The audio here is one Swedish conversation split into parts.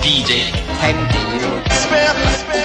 DJ 50 spänn.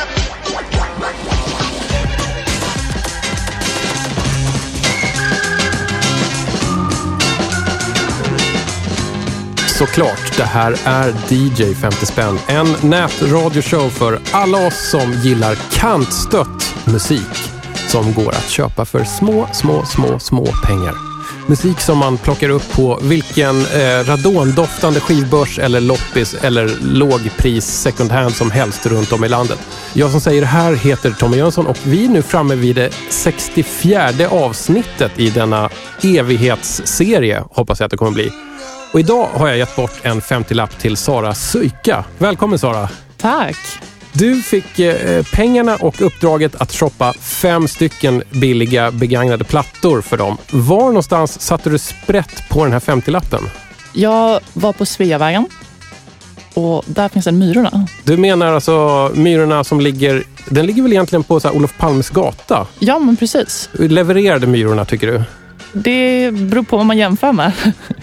Såklart, det här är DJ 50 spänn. En nätradioshow för alla oss som gillar kantstött musik som går att köpa för små pengar. Musik som man plockar upp på vilken radondoftande skivbörs eller loppis eller lågpris second hand som helst runt om i landet. Jag som säger det här heter Tommy Jönsson och vi är nu framme vid det 64:e avsnittet i denna evighetsserie, hoppas jag att det kommer bli. Och idag har jag gett bort en 50-lapp till Sara Syka. Välkommen Sara. Tack. Du fick pengarna och uppdraget att shoppa 5 stycken billiga begagnade plattor för dem. Var någonstans satte du sprätt på den här 50-lappen? Jag var på Sveavägen och där finns en Myrorna. Du menar alltså Myrorna som ligger... Den ligger väl egentligen på så här Olof Palmes gata? Ja, men precis. Levererade Myrorna tycker du? Det beror på vad man jämför med.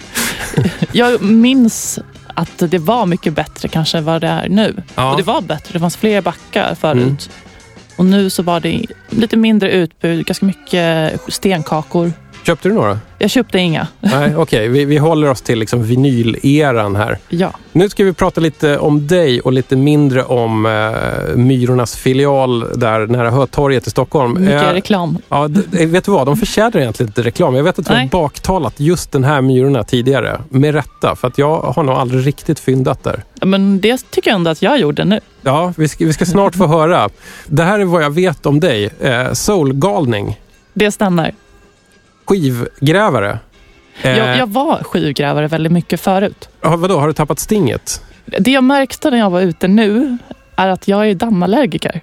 Jag minns att det var mycket bättre kanske än vad det är nu. Ja. Och det var bättre, det fanns fler backar förut. Och nu så var det lite mindre utbud, ganska mycket stenkakor. Köpte du några? Jag köpte inga. Nej, okej. Vi håller oss till liksom vinyleran här. Ja. Nu ska vi prata lite om dig och lite mindre om Myrornas filial där nära Hötorget i Stockholm. Mycket reklam. Ja, vet du vad? De förtjänar egentligen inte reklam. Jag vet att du har baktalat just den här Myrorna tidigare. Med rätta, för att jag har nog aldrig riktigt fyndat där. Men det tycker jag ändå att jag gjorde nu. Ja, vi ska snart få höra. Det här är vad jag vet om dig. Soulgalning. Det stämmer. Skivgrävare. Jag var skivgrävare väldigt mycket förut. Ja, vadå? Har du tappat stinget? Det jag märkte när jag var ute nu är att jag är dammallergiker.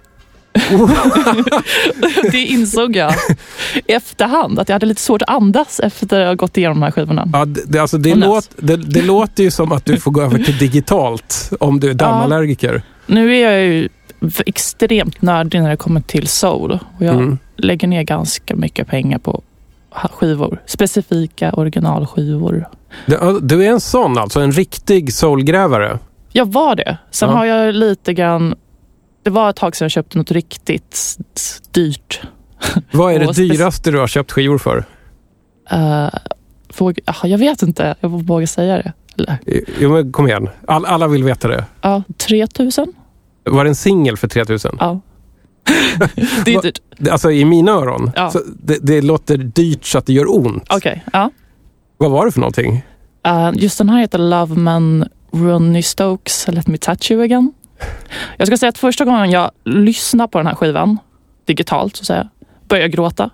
Det insåg jag efterhand, att jag hade lite svårt att andas efter att ha gått igenom de här skivorna. Ja, det låter ju som att du får gå över till digitalt om du är dammallergiker. Nu är jag ju extremt nördig när det kommer till soul. Och jag lägger ner ganska mycket pengar på skivor. Specifika originalskivor. Du är en sån alltså, en riktig soulgrävare? Jag var det. Sen har jag lite grann... Det var ett tag sedan jag köpte något riktigt dyrt. Vad är det dyraste du har köpt skivor för? Jag vet inte. Jag vågar säga det. Eller? Jo, men kom igen. Alla vill veta det. Ja, 3 000. Var det en singel för 3 000? Ja. Det är dyrt. Alltså i mina öron. Ja. Så det låter dyrt så att det gör ont. Okej, ja. Vad var det för någonting? Just den här heter Loveman Ronnie Stokes Let Me Touch You Again. Jag ska säga att första gången jag lyssnade på den här skivan digitalt så att säga, började jag gråta.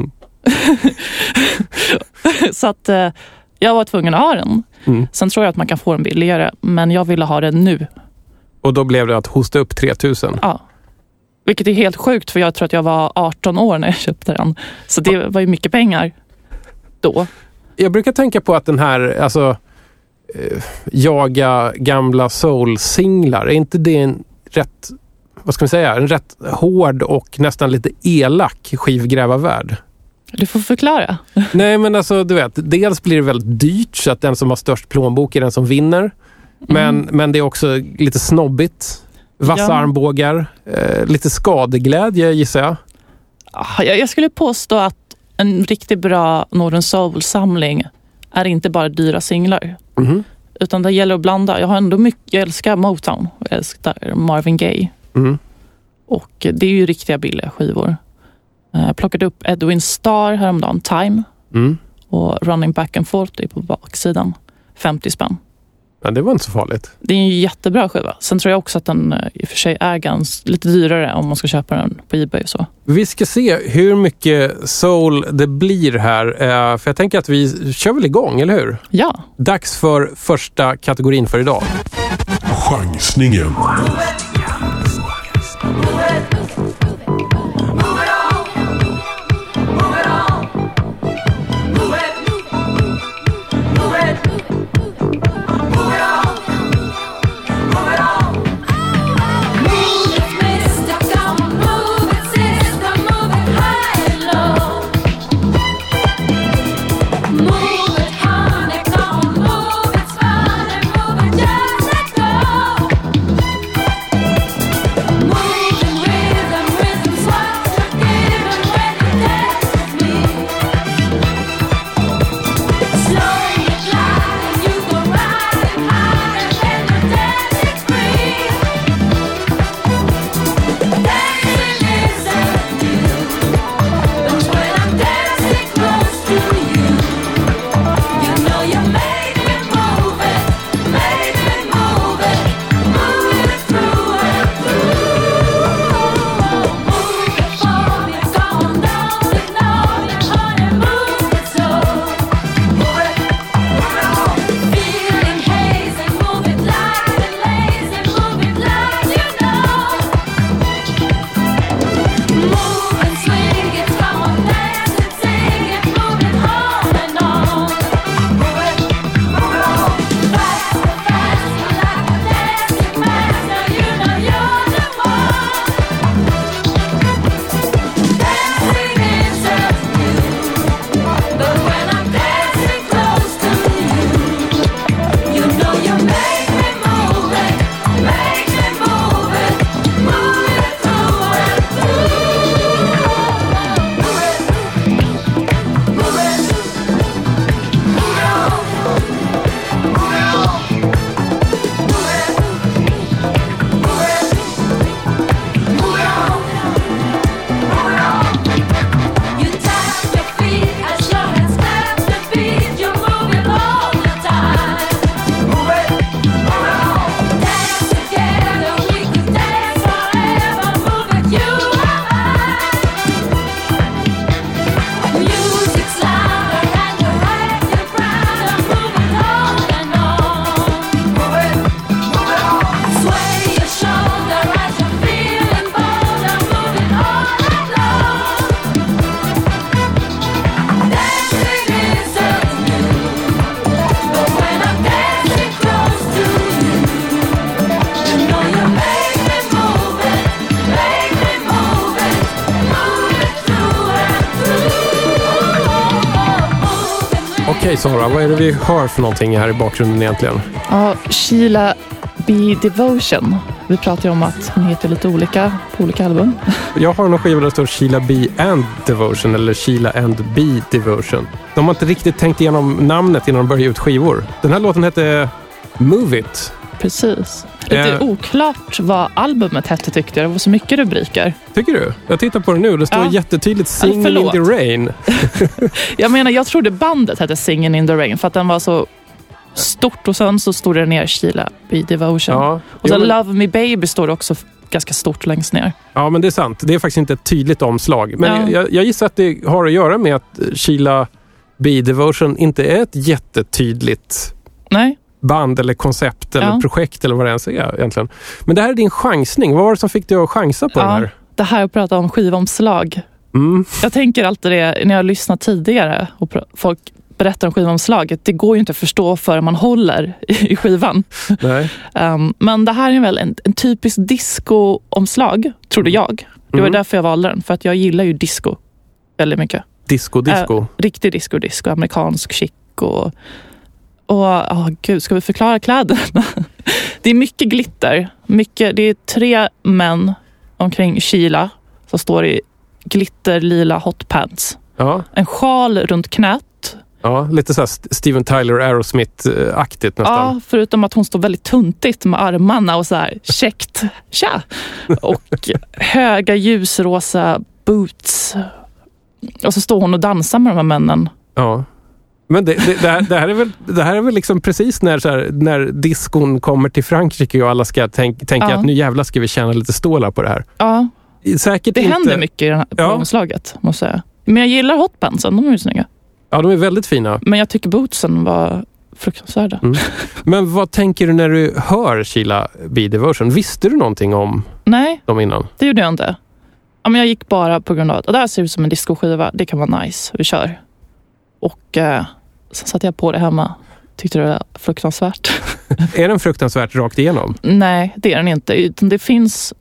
Så att jag var tvungen att ha den. Sen tror jag att man kan få den billigare, men jag ville ha den nu. Och då blev det att hosta upp 3 000? Ja. Vilket är helt sjukt, för jag tror att jag var 18 år när jag köpte den. Så det var ju mycket pengar då. Jag brukar tänka på att den här, alltså jaga gamla soul-singlar, är inte det en rätt, vad ska man säga, en rätt hård och nästan lite elak skivgrävarvärld? Du får förklara. Nej, men alltså du vet, dels blir det väldigt dyrt så att den som har störst plånbok är den som vinner. Men det är också lite snobbigt. Vassa armbågar, lite skadeglädje gissar jag. Jag skulle påstå att en riktigt bra Northern Soul-samling är inte bara dyra singlar. Utan det gäller att blanda. Jag älskar Motown. Jag älskar Marvin Gaye. Och det är ju riktiga billiga skivor. Jag plockade upp Edwin Starr häromdagen, Time. Och Running Back and Forth är på baksidan. 50 spänn. Ja, det var inte så farligt. Det är en jättebra skiva. Sen tror jag också att den i och för sig är lite dyrare om man ska köpa den på eBay och så. Vi ska se hur mycket soul det blir här. För jag tänker att vi kör väl igång, eller hur? Ja. Dags för första kategorin för idag. Chansningen. Okej, Sara, vad är det vi hör för någonting här i bakgrunden egentligen? Ja, Sheila B. Devotion. Vi pratar ju om att hon heter lite olika på olika album. Jag har någon skiva där det står Sheila B. and Devotion eller Sheila and B. Devotion. De har inte riktigt tänkt igenom namnet innan de börjar ut skivor. Den här låten hette Move It. Precis. Lite oklart vad albumet hette tyckte jag. Det var så mycket rubriker. Tycker du? Jag tittar på det nu. Det står jättetydligt Singing in the Rain. Jag trodde bandet hette Singing in the Rain för att den var så stort och sen så stod det ner Sheila B. Devotion. Ja, och så Love Me Baby står det också ganska stort längst ner. Ja, men det är sant. Det är faktiskt inte ett tydligt omslag. Men jag gissar att det har att göra med att Sheila B. Devotion inte är ett jättetydligt band eller koncept eller projekt eller vad det ens är egentligen. Men det här är din chansning. Vad var det som fick dig att chansa på den här? Det här att prata om skivomslag. Jag tänker alltid det när jag lyssnar tidigare och folk berättar om skivomslaget. Det går ju inte att förstå förrän man håller i skivan. Nej. Men det här är väl en typisk disco-omslag, trodde jag. Det var därför jag valde den. För att jag gillar ju disco väldigt mycket. Disco? Riktig disco. Amerikansk chic gud, ska vi förklara kläderna? Det är mycket glitter. Det är 3 män omkring Sheila som står i glitterlila hotpants. Ja. En sjal runt knät. Ja, lite så här Steven Tyler Aerosmith-aktigt nästan. Ja, förutom att hon står väldigt tuntigt med armarna och så här käckt. Tja! Och höga ljusrosa boots. Och så står hon och dansar med de här männen. Ja. Men det här är väl liksom precis när diskon kommer till Frankrike och alla ska tänka att nu jävla ska vi tjäna lite stålar på det här. Ja, säkert det händer mycket i det här omslaget, måste jag säga. Men jag gillar hotpantsen, de är ju snygga. Ja, de är väldigt fina. Men jag tycker bootsen var fruktansvärda. Men vad tänker du när du hör Sheila B. Devotion? Visste du någonting om dem innan? Det gjorde jag inte. Ja, men jag gick bara på grund av att det här ser ut som en discoskiva. Det kan vara nice, vi kör. Och sen satte jag på det hemma. Tyckte det var fruktansvärt. Är den fruktansvärt rakt igenom? Nej, det är den inte. Utan det finns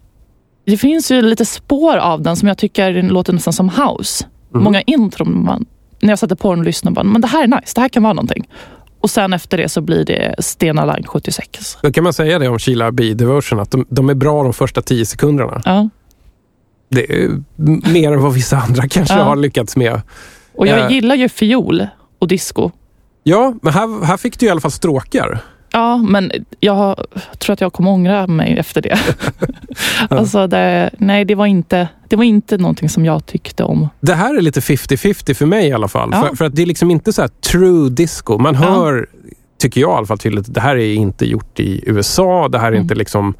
ju lite spår av den som jag tycker låter nästan som house. Många intron när jag satte på den och lyssnade men det här är nice, det här kan vara någonting. Och sen efter det så blir det Stena Line 76. Då kan man säga det om Sheila B. Devotion att de är bra de första 10 sekunderna. Ja. Det är mer än vad vissa andra kanske har lyckats med. Och jag gillar ju fiol och disco. Ja, men här fick du i alla fall stråkar. Ja, men jag tror att jag kommer ångra mig efter det. Alltså, det var inte någonting som jag tyckte om. Det här är lite 50-50 för mig i alla fall. Ja. För att det är liksom inte så här true disco. Man hör, tycker jag i alla fall tydligt, att det här är inte gjort i USA. Det här är inte liksom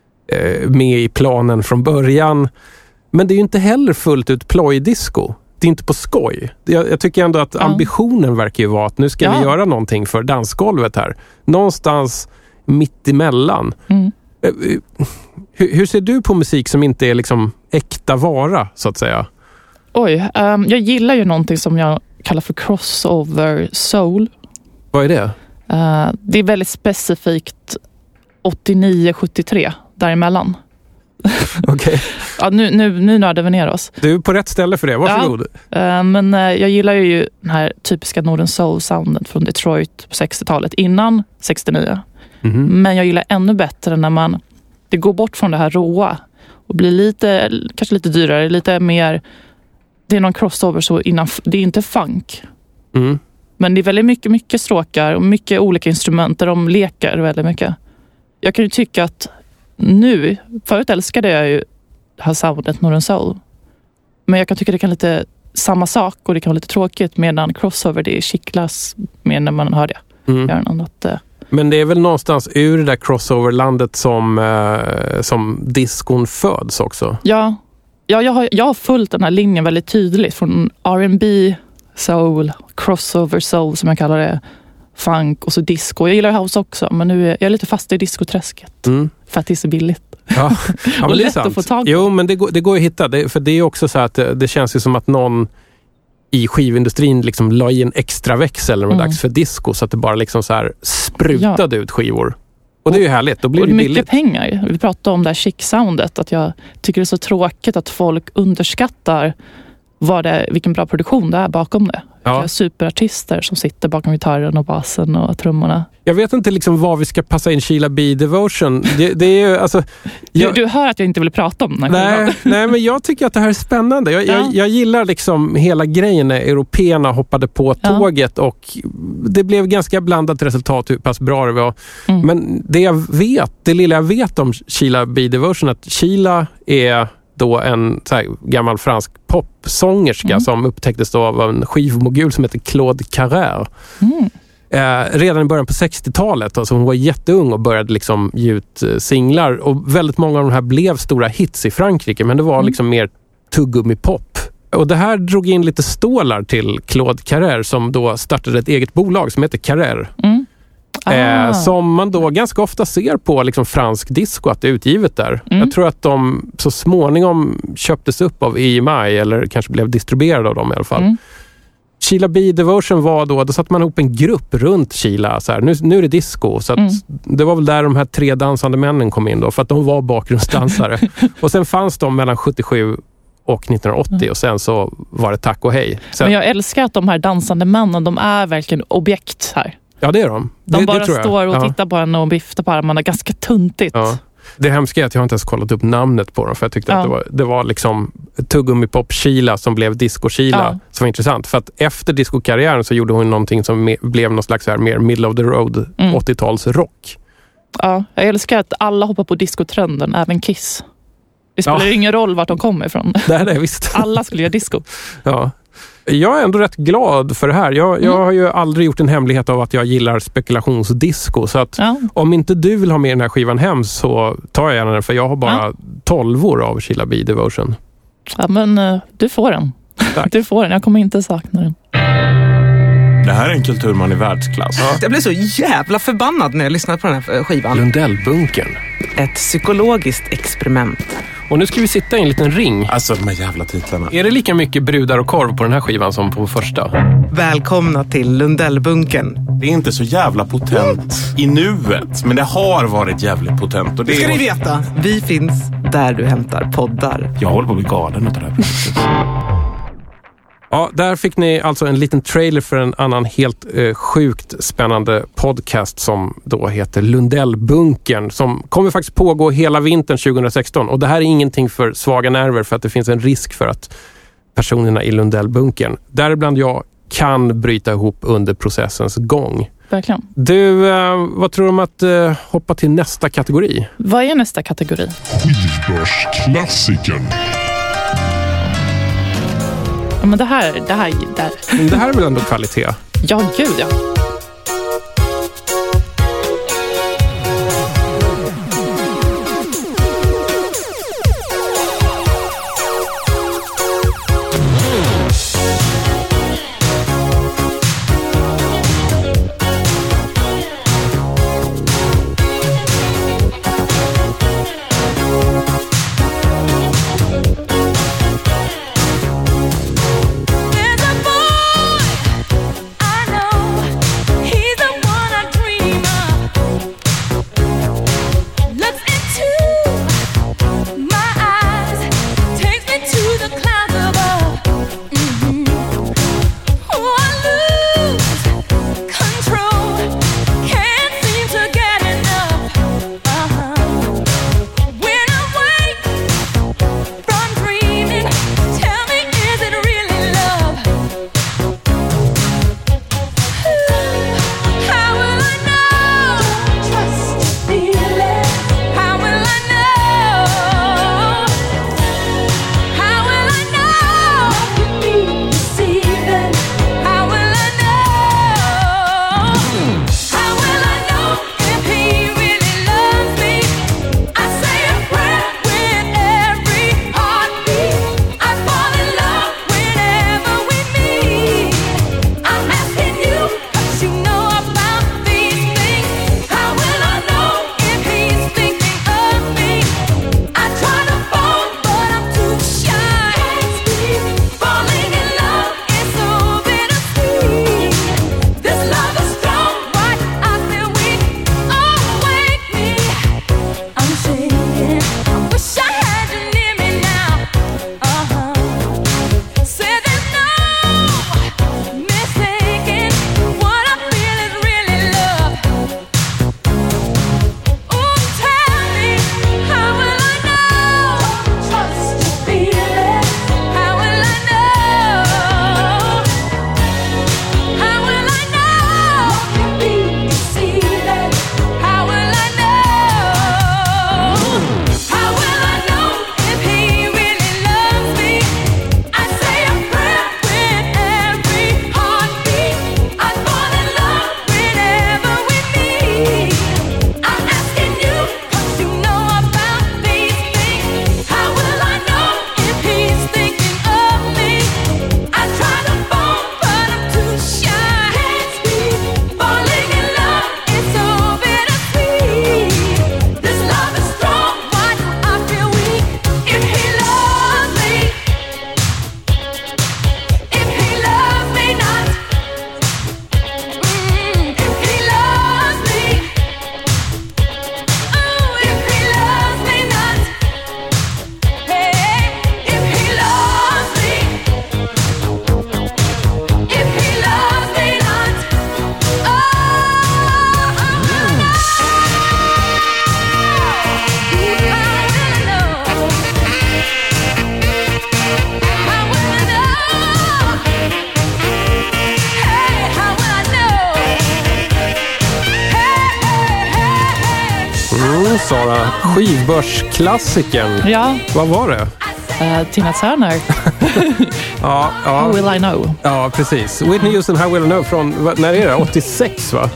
med i planen från början. Men det är ju inte heller fullt ut ploj-disco. Det är inte på skoj. Jag tycker ändå att ambitionen verkar ju vara att nu ska vi göra någonting för dansgolvet här. Någonstans mitt emellan. Hur ser du på musik som inte är liksom äkta vara, så att säga? Oj, jag gillar ju någonting som jag kallar för crossover soul. Vad är det? Det är väldigt specifikt 89-73 däremellan. Okej. Ja, nu nördar vi ner oss. Du är på rätt ställe för det, varsågod. Men jag gillar ju den här typiska Northern Soul-soundet från Detroit på 60-talet, innan 69. Men jag gillar ännu bättre när det går bort från det här råa och blir kanske lite dyrare, lite mer, det är någon crossover så innan, det är inte funk. Men det är väldigt mycket stråkar och mycket olika instrument där de leker väldigt mycket. Jag kan ju tycka att förut älskade jag ju det här soundet Northern Soul. Men jag kan tycka det kan lite samma sak och det kan vara lite tråkigt medan crossover det kittlas mer när man hör det. Men det är väl någonstans ur det där crossover-landet som diskon föds också? Ja, jag har följt den här linjen väldigt tydligt från R&B, soul, crossover soul som jag kallar det, funk och så disco. Jag gillar house också, men nu är jag lite fast i discoträsket. För att det är så billigt. Ja, men det är lätt sant. Att få tag på. Jo, men det går att hitta. För det är också så att det känns ju som att någon i skivindustrin liksom la i en extra växel när det var dags för disco så att det bara liksom så här sprutade ut skivor. Och det är ju härligt, då blir det billigt. Mycket pengar. Vi pratade om det här chic-soundet, att jag tycker det är så tråkigt att folk underskattar vilken bra produktion det är bakom det. Ja. Superartister som sitter bakom gitarren och basen och trummorna. Jag vet inte liksom vad vi ska passa in Sheila B. Devotion. Det är ju, alltså, Du hör att jag inte vill prata om den här skivan. Nej, men jag tycker att det här är spännande. Jag gillar liksom hela grejen när europeerna hoppade på tåget och det blev ganska blandat resultat hur pass bra det var. Men det lilla jag vet om Sheila B. Devotion, att Sheila är då en så här gammal fransk popsångerska som upptäcktes då av en skivmogul som heter Claude Carrère. Redan i början på 60-talet. Alltså hon var jätteung och började liksom ge ut singlar. Och väldigt många av de här blev stora hits i Frankrike. Men det var liksom mer tuggummi-pop. Och det här drog in lite stålar till Claude Carrère som då startade ett eget bolag som heter Carrère. Som man då ganska ofta ser på liksom fransk disco att det är utgivet där. Jag tror att de så småningom köptes upp av EMI eller kanske blev distribuerade av dem i alla fall. Sheila B. Devotion var då satte man ihop en grupp runt Sheila så här, nu är det disco, så att det var väl där de här 3 dansande männen kom in då, för att de var bakgrundsdansare. Och sen fanns de mellan 77 och 1980 och sen så var det tack och hej. Men jag älskar att de här dansande männen, de är verkligen objekt här. Ja, det är de. De bara det tror jag. står och tittar på henne och viftar på armarna ganska tuntigt. Ja. Det hemska är att jag inte ens kollat upp namnet på dem, för jag tyckte att det var liksom tuggummi-pop Sheila som blev disco Sheila som var intressant. För att efter disco-karriären så gjorde hon någonting som blev någon slags här mer middle of the road 80-tals rock. Ja, jag älskar att alla hoppar på discotrenden, även Kiss. Det spelar ingen roll vart de kommer ifrån. Det är visst. Alla skulle göra disco. Ja. Jag är ändå rätt glad för det här. Jag har ju aldrig gjort en hemlighet av att jag gillar spekulationsdisco. Så att om inte du vill ha med den här skivan hem så tar jag gärna den. För jag har bara 12 år av Sheila B. Devotion. Ja, men du får den. Tack. Du får den. Jag kommer inte sakna den. Det här är en kulturman i världsklass. Ja. Jag blev så jävla förbannad när jag lyssnade på den här skivan. Lundellbunkern. Ett psykologiskt experiment. Och nu ska vi sitta i en liten ring. Alltså de här jävla titlarna. Är det lika mycket brudar och korv på den här skivan som på första? Välkomna till Lundellbunkern. Det är inte så jävla potent i nuet, men det har varit jävligt potent. Och det ska ni veta, vi finns där du hämtar poddar. Jag håller på att bli galen av det här projektet. Ja, där fick ni alltså en liten trailer för en annan helt sjukt spännande podcast som då heter Lundellbunkern, som kommer faktiskt pågå hela vintern 2016. Och det här är ingenting för svaga nerver, för att det finns en risk för att personerna i Lundellbunkern, däribland jag, kan bryta ihop under processens gång. Verkligen. Du, vad tror du om att hoppa till nästa kategori? Vad är nästa kategori? Skivbörsklassikern. Ja, men det här. Det här är väl ändå kvalitet? Ja, gud ja. There's a boy I know. Sara. Skivbörsklassikern. Ja. Vad var det? Tina Turner. Ja. How will I know? Ja, precis. Whitney Houston, How will I know från, när är det? 86 va?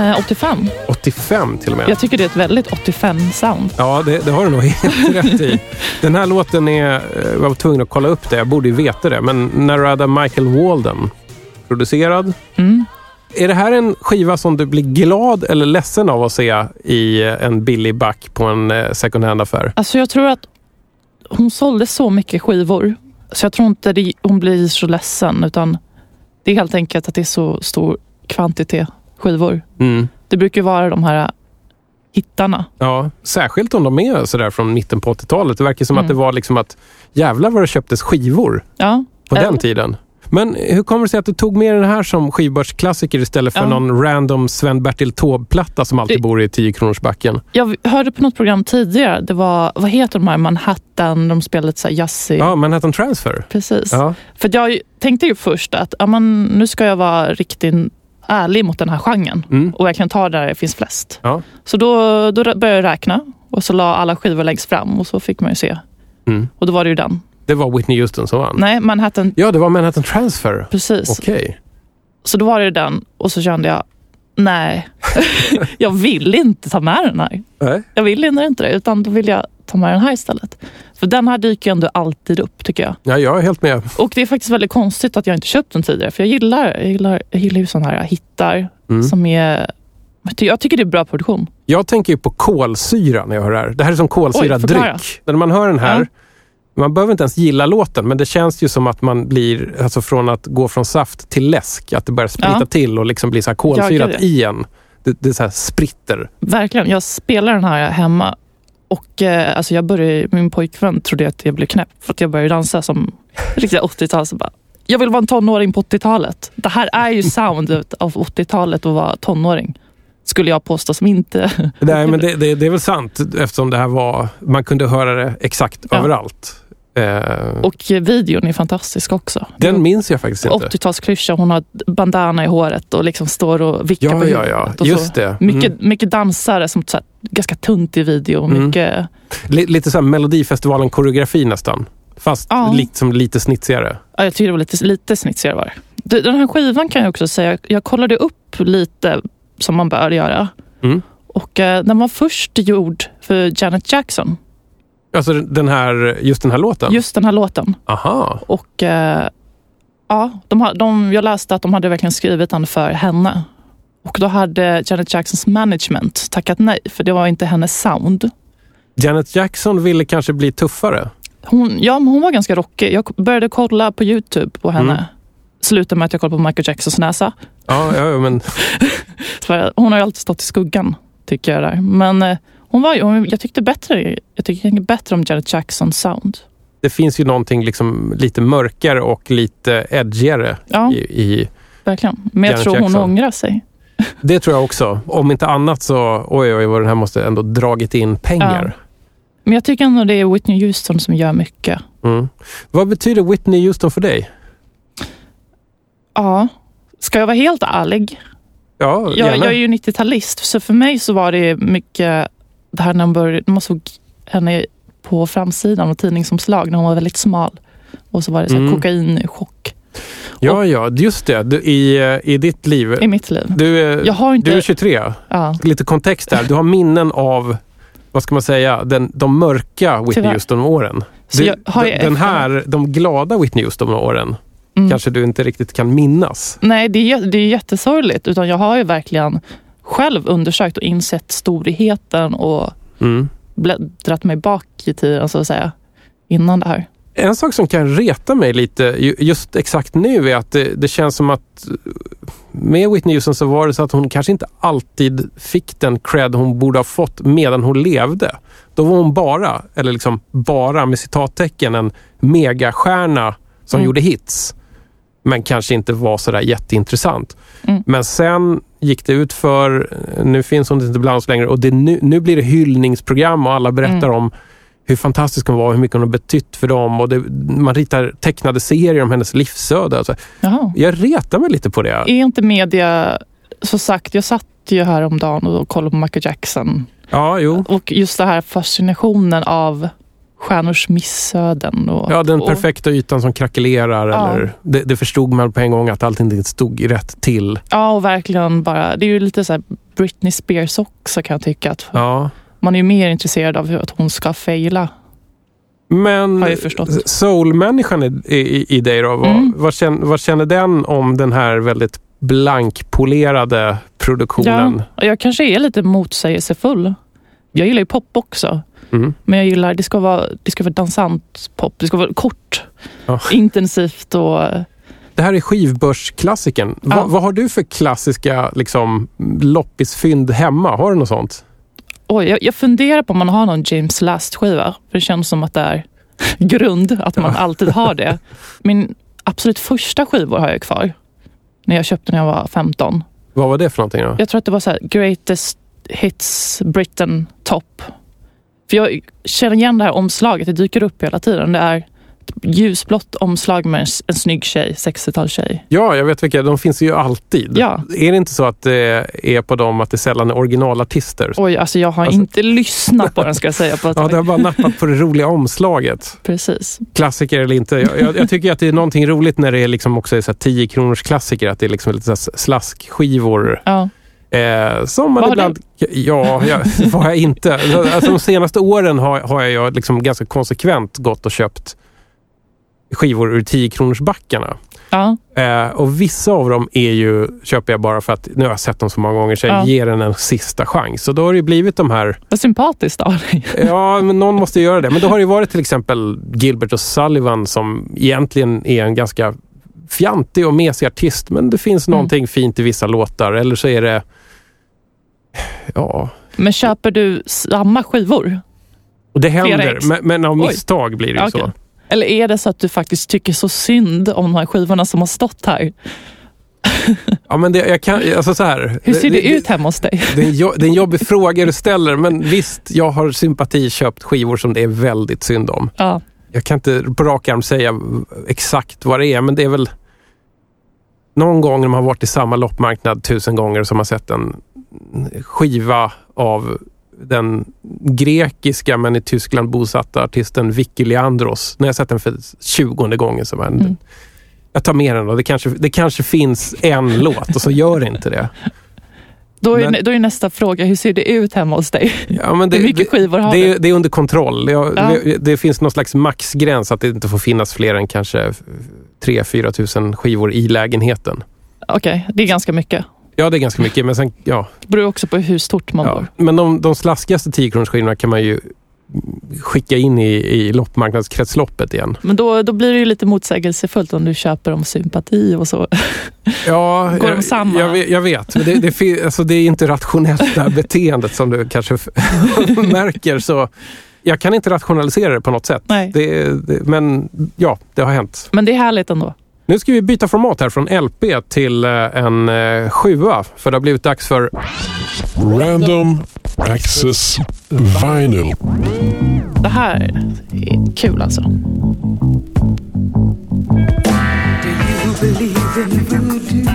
85. 85 till och med. Jag tycker det är ett väldigt 85-sound. Ja, det har du nog helt rätt i. Den här låten jag var tvungen att kolla upp det. Jag borde ju veta det. Men Narada Michael Walden producerad. Mm. Är det här en skiva som du blir glad eller ledsen av att se i en billig back på en second hand-affär? Alltså jag tror att hon sålde så mycket skivor. Så jag tror inte hon blir så ledsen. Utan det är helt enkelt att det är så stor kvantitet skivor. Mm. Det brukar vara de här hittarna. Ja, särskilt om de är sådär från mitten på 80-talet. Det verkar som att det var liksom att jävlar vad det köptes skivor på den tiden. Men hur kommer det sig att du tog med den här som skivbörsklassiker istället för någon random Sven-Bertil Taube-platta som alltid bor i 10-kronorsbacken? Jag hörde på något program tidigare. Det var, vad heter de här? Manhattan, de spelade lite så här jazzig. Ja, Manhattan Transfer. Precis. Ja. För jag tänkte ju först att nu ska jag vara riktigt ärlig mot den här genren och verkligen ta där det finns flest. Ja. Så då började jag räkna och så la alla skivor längst fram och så fick man ju se. Och då var det ju den. Det var Whitney Houston som vann? Nej, Manhattan. Ja, det var Manhattan Transfer. Precis. Okej. Så då var det den och så kände jag, nej, jag vill inte ta med den här. Nej. Jag vill inte det, utan då vill jag ta med den här istället. För den här dyker ändå alltid upp, tycker jag. Ja, jag är helt med. Och det är faktiskt väldigt konstigt att jag inte köpt den tidigare. För jag gillar ju sådana här hittar som är... Jag tycker det är bra produktion. Jag tänker ju på kolsyra när jag hör det här. Det här är som kolsyrad dryck. När man hör den här, man behöver inte ens gilla låten, men det känns ju som att man blir, alltså från att gå från saft till läsk, att det börjar splitta till och liksom blir så här kolsyrat igen. Det är så här spritter. Verkligen, jag spelar den här hemma. Och alltså min pojkvän trodde att jag blev knäpp för att jag började dansa som riktigt 80-tal. Så bara, jag vill vara en tonåring på 80-talet. Det här är ju soundet av 80-talet att vara tonåring. Skulle jag påstå som inte... Nej, men det är väl sant eftersom det här var... Man kunde höra det exakt överallt. Och videon är fantastisk också. Den minns jag faktiskt inte. 80-talsklyscha, hon har bandana i håret och liksom står och vickar på huvudet. Ja, just det. Mycket dansare som så här, ganska tunt i video. Mycket... Lite så här Melodifestivalen-koreografi nästan. Fast lite snitsigare. Ja, jag tycker det var lite snitsigare var det. Den här skivan kan jag också säga, jag kollade upp lite som man bör göra. Och den var först gjord för Janet Jackson. Alltså just den här låten? Just den här låten. Aha. Och jag läste att de hade verkligen skrivit den för henne. Och då hade Janet Jacksons management tackat nej, för det var inte hennes sound. Janet Jackson ville kanske bli tuffare? Hon var ganska rockig. Jag började kolla på YouTube på henne. Slutade med att jag kollade på Michael Jacksons näsa. Ja, men... Hon har ju alltid stått i skuggan, tycker jag där. Men jag tyckte bättre om Janet Jacksons sound. Det finns ju någonting liksom lite mörkare och lite edgigare i verkligen. Men jag tror hon ångrar sig. Det tror jag också. Om inte annat så, oj, vad den här måste ändå dragit in pengar. Ja. Men jag tycker ändå det är Whitney Houston som gör mycket. Vad betyder Whitney Houston för dig? Ja, ska jag vara helt ärlig? Ja, jag är ju 90-talist, så för mig så var det mycket det här när man såg henne på framsidan och tidningsomslag när hon var väldigt smal. Och så var det så här kokainchock. Ja, just det. I ditt liv. I mitt liv. Du är 23. Ja. Lite kontext där. Du har minnen av, vad ska man säga, de mörka Whitney Houston-åren. De glada Whitney Houston-åren kanske du inte riktigt kan minnas. Nej, det är jättesorgligt. Utan jag har ju verkligen själv undersökt och insett storheten och bläddrat mig bak i tiden, så att säga, innan det här. En sak som kan reta mig lite just exakt nu är att det känns som att med Whitney Houston så var det så att hon kanske inte alltid fick den cred hon borde ha fått medan hon levde. Då var hon bara med citattecken en megastjärna som gjorde hits, men kanske inte var så där jätteintressant. Men sen gick det ut för, nu finns hon inte bland oss längre, och nu blir det hyllningsprogram och alla berättar om hur fantastisk hon var, hur mycket hon har betytt för dem, och man ritar tecknade serier om hennes livsöde. Alltså. Jag retar mig lite på det. Är inte media, så sagt, jag satt ju här om dagen och kollade på Michael Jackson Ja, jo. Och just det här fascinationen av stjärnors missöden. Och, den perfekta ytan som krackelerar. Ja. Eller, det förstod man på en gång att allting inte stod rätt till. Ja, och verkligen bara... Det är ju lite så här Britney Spears också, kan jag tycka. Att man är ju mer intresserad av att hon ska faila. Men soulmänniskan i dig då, vad känner den om den här väldigt blankpolerade produktionen? Ja, jag kanske är lite motsägelsefull. Jag gillar ju pop också. Men jag gillar, det ska vara dansant pop. Det ska vara kort, intensivt och... Det här är skivbörsklassikern. Vad har du för klassiska liksom, loppisfynd hemma? Har du något sånt? Jag funderar på om man har någon James Last-skiva. För det känns som att det är grund att man alltid har det. Min absolut första skivor har jag kvar. När jag köpte när jag var 15. Vad var det för någonting då? Jag tror att det var så här Greatest Hits Britain Top. För jag känner igen det här omslaget. Det dyker upp hela tiden. Det är ett ljusblått omslag med en snygg tjej, 60-talstjej. Ja, jag vet vilka. De finns ju alltid. Ja. Är det inte så att det är på dem att det sällan är originalartister? Oj, alltså jag har inte lyssnat på den, ska jag säga. På det har bara nappat på det roliga omslaget. Precis. Klassiker eller inte. Jag tycker att det är någonting roligt när det är liksom också är så här 10 kronors klassiker. Att det är liksom lite så slaskskivor. Ja. Som man ibland... Vad har jag inte? Alltså, de senaste åren har jag liksom ganska konsekvent gått och köpt skivor ur 10 kronors backarna. Ja. Och vissa av dem köper jag bara för att nu har jag sett dem så många gånger så jag ger den en sista chans. Så då har det blivit de här... Vad sympatiskt av dig. Ja, men någon måste göra det. Men då har det varit till exempel Gilbert och Sullivan som egentligen är en ganska fjantig och mesig artist, men det finns någonting fint i vissa låtar. Eller så är det... Ja. Men köper du samma skivor? Och det händer, men av misstag blir det ju så. Eller är det så att du faktiskt tycker så synd om de här skivorna som har stått här? Ja, men jag kan, alltså så här. Hur ser det ut hemma hos dig? Det är en jobbig fråga du ställer, men visst, jag har sympati köpt skivor som det är väldigt synd om. Ja. Jag kan inte på rak arm säga exakt vad det är, men det är väl någon gång när man har varit i samma loppmarknad 1000 gånger som man sett en skiva av den grekiska men i Tyskland bosatta artisten Vicky Leandros. När jag sett den för 20:e gången så var jag tar med den då. Det kanske finns en låt och så gör det inte det. Då är nästa fråga, hur ser det ut hemma hos dig? Ja, men hur mycket skivor har du? Det är under kontroll. Det finns någon slags maxgräns att det inte får finnas fler än kanske 3-4 tusen skivor i lägenheten. Okej, det är ganska mycket. Ja, det är ganska mycket, men sen, det beror också på hur stort man bor. Men de slaskigaste 10-kronorsskivorna kan man ju skicka in i loppmarknadskretsloppet igen. Men då blir det ju lite motsägelsefullt om du köper om sympati och så. Ja, går de samma? Jag vet. Men det är inte rationellt det här beteendet som du kanske märker. Så jag kan inte rationalisera det på något sätt. Nej. Men det har hänt. Men det är härligt ändå. Nu ska vi byta format här från LP till en 7:a, för det har blivit dags för Random Access Vinyl. Det här är kul alltså. Do you believe in voodoo?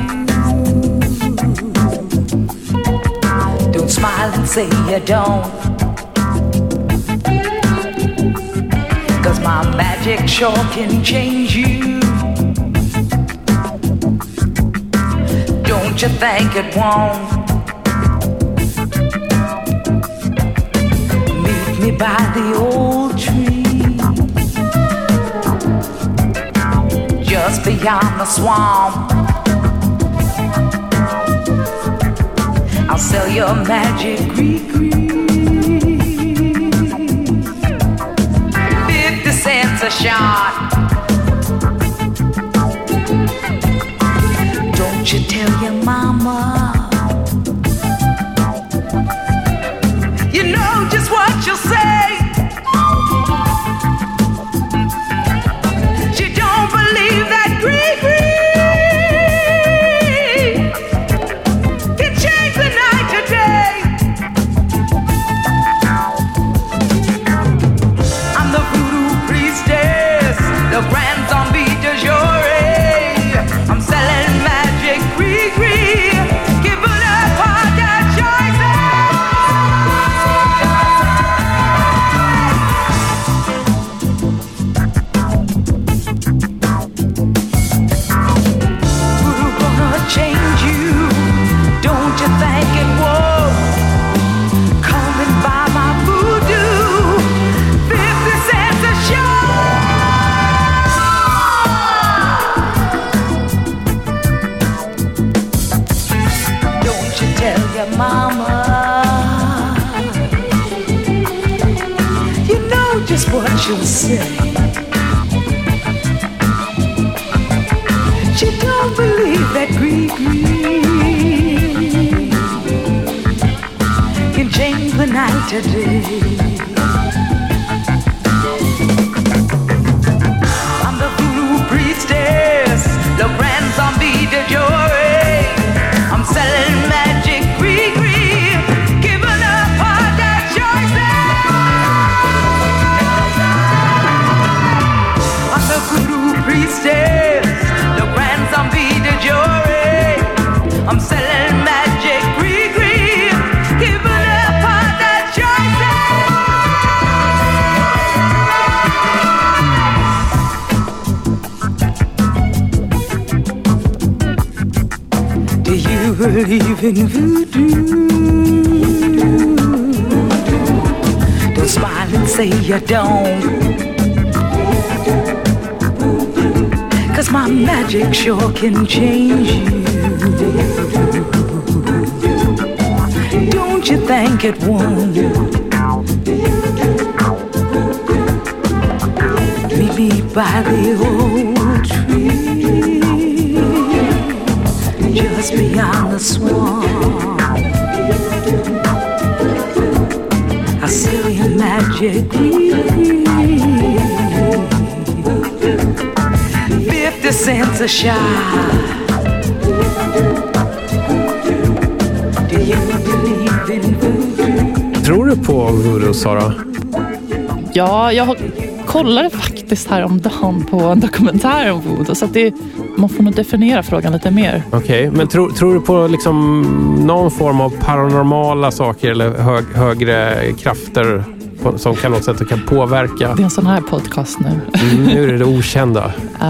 Don't smile and say you don't, 'cause my magic sure can change you. Don't you think it won't? Meet me by the old tree, just beyond the swamp. I'll sell your magic gree-gree, 50 cents a shot. Don't you tell your mama, you know just what you'll say. She don't believe that gree-gree can change the night to day. just what she'll say. She don't believe that greed can change the night to day. I'm the voodoo priestess, the grand zombie de joy. I'm selling magic greed, giving up all that choices. I'm the voodoo priestess, the grand zombie de joy. I'm selling magic greed, giving up all that choices. Do you believe in voodoo? Don't smile and say you don't. 'Cause my magic sure can change you. Don't you think it won't? Meet me by the old tree, just beyond the swamp. I'll sell you magic greed, 50 cents a shot. Do you believe in voodoo? Tror du på voodoo, Sara? Ja, jag kollade faktiskt häromdagen på en dokumentär om voodoo, så att man får nog definiera frågan lite mer. Okej, men tror du på liksom någon form av paranormala saker eller högre krafter som kan något sätt kan påverka? Det är en sån här podcast nu. Nu är det okända.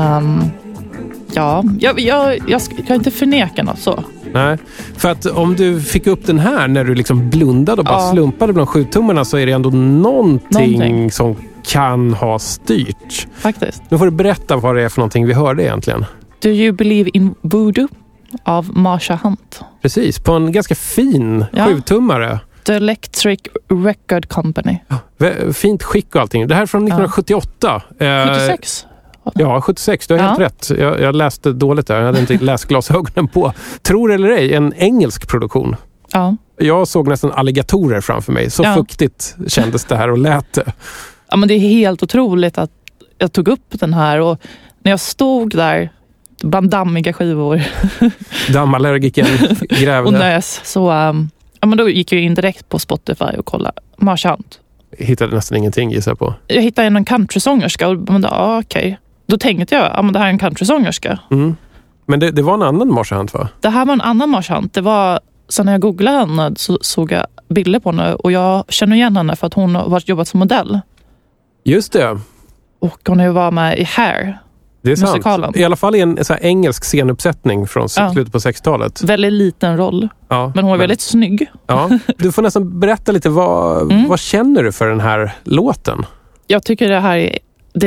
Ja, jag ska inte förneka något så. Nej, för att om du fick upp den här när du liksom blundade och bara slumpade bland 7-tummarna, så är det ändå någonting som kan ha styrt. Faktiskt. Nu får du berätta vad det är för någonting vi hörde egentligen. Do you believe in voodoo? Av Marsha Hunt. Precis, på en ganska fin 7-tummare. The Electric Record Company. Fint skick och allting. Det här är från 1978. 76? Ja, 76. Du har helt rätt. Jag läste dåligt där. Jag hade inte läsglasögonen på. Tror eller ej, en engelsk produktion. Ja. Jag såg nästan alligatorer framför mig. Så fuktigt kändes det här och lät det. Ja, men det är helt otroligt att jag tog upp den här. Och när jag stod där bland dammiga skivor. Dammallergiken grävde. Och nös. Så men då gick jag in direkt på Spotify och kollade. Marsha Hunt. Hittade nästan ingenting, gissar jag på. Jag hittade en countrysångerska och okej. Då tänkte jag, det här är en countrysångerska. Mm. Men det var en annan Marsha Hunt, va? Det här var en annan Marsha Hunt. Det var, så när jag googlade henne så såg jag bilder på henne. Och jag känner igen henne för att hon har jobbat som modell. Just det. Och hon har ju varit med i Hair. Det är musikalen. Sant. I alla fall i en så här engelsk scenuppsättning från slutet på 60-talet. Väldigt liten roll. Ja, men hon är väldigt snygg. Ja. Du får nästan berätta lite, vad känner du för den här låten? Jag tycker det här är det